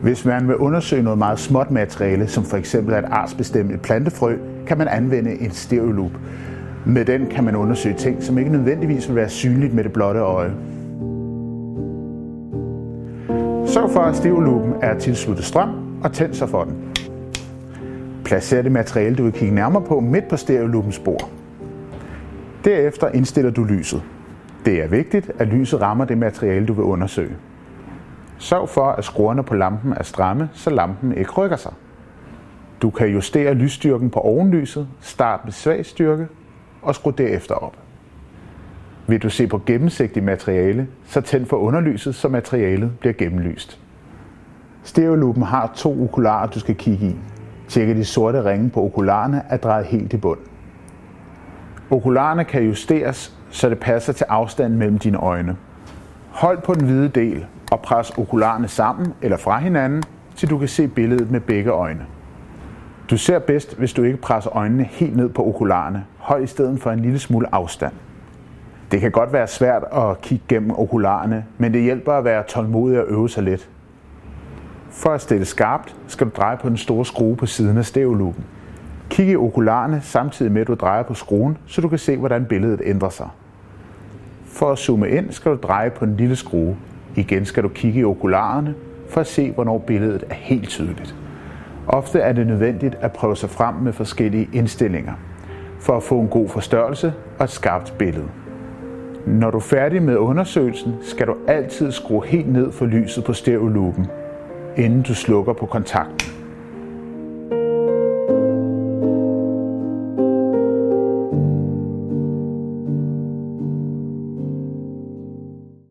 Hvis man vil undersøge noget meget småt materiale, som f.eks. et artsbestemt plantefrø, kan man anvende en stereolup. Med den kan man undersøge ting, som ikke nødvendigvis vil være synligt med det blotte øje. Sørg for, at stereolupen er tilsluttet strøm, og tænd så for den. Placer det materiale, du vil kigge nærmere på, midt på stereolupens bord. Derefter indstiller du lyset. Det er vigtigt, at lyset rammer det materiale, du vil undersøge. Sørg for, at skruerne på lampen er stramme, så lampen ikke rykker sig. Du kan justere lysstyrken på ovenlyset, start med svag styrke og skru derefter op. Vil du se på gennemsigtigt materiale, så tænd for underlyset, så materialet bliver gennemlyst. Stereolupen har 2 okularer, du skal kigge i. Tjek, at de sorte ringe på okularerne er drejet helt i bund. Okularerne kan justeres, så det passer til afstanden mellem dine øjne. Hold på den hvide del og pres okularerne sammen eller fra hinanden, til du kan se billedet med begge øjne. Du ser bedst, hvis du ikke presser øjnene helt ned på okularerne. Hold i stedet for en lille smule afstand. Det kan godt være svært at kigge gennem okularerne, men det hjælper at være tålmodig og øve sig lidt. For at stille skarpt, skal du dreje på den store skrue på siden af stereolupen. Kig i okularerne samtidig med, at du drejer på skruen, så du kan se, hvordan billedet ændrer sig. For at zoome ind, skal du dreje på den lille skrue. Igen skal du kigge i okularerne for at se, hvornår billedet er helt tydeligt. Ofte er det nødvendigt at prøve sig frem med forskellige indstillinger, for at få en god forstørrelse og et skarpt billede. Når du er færdig med undersøgelsen, skal du altid skrue helt ned for lyset på stereolupen, inden du slukker på kontakten.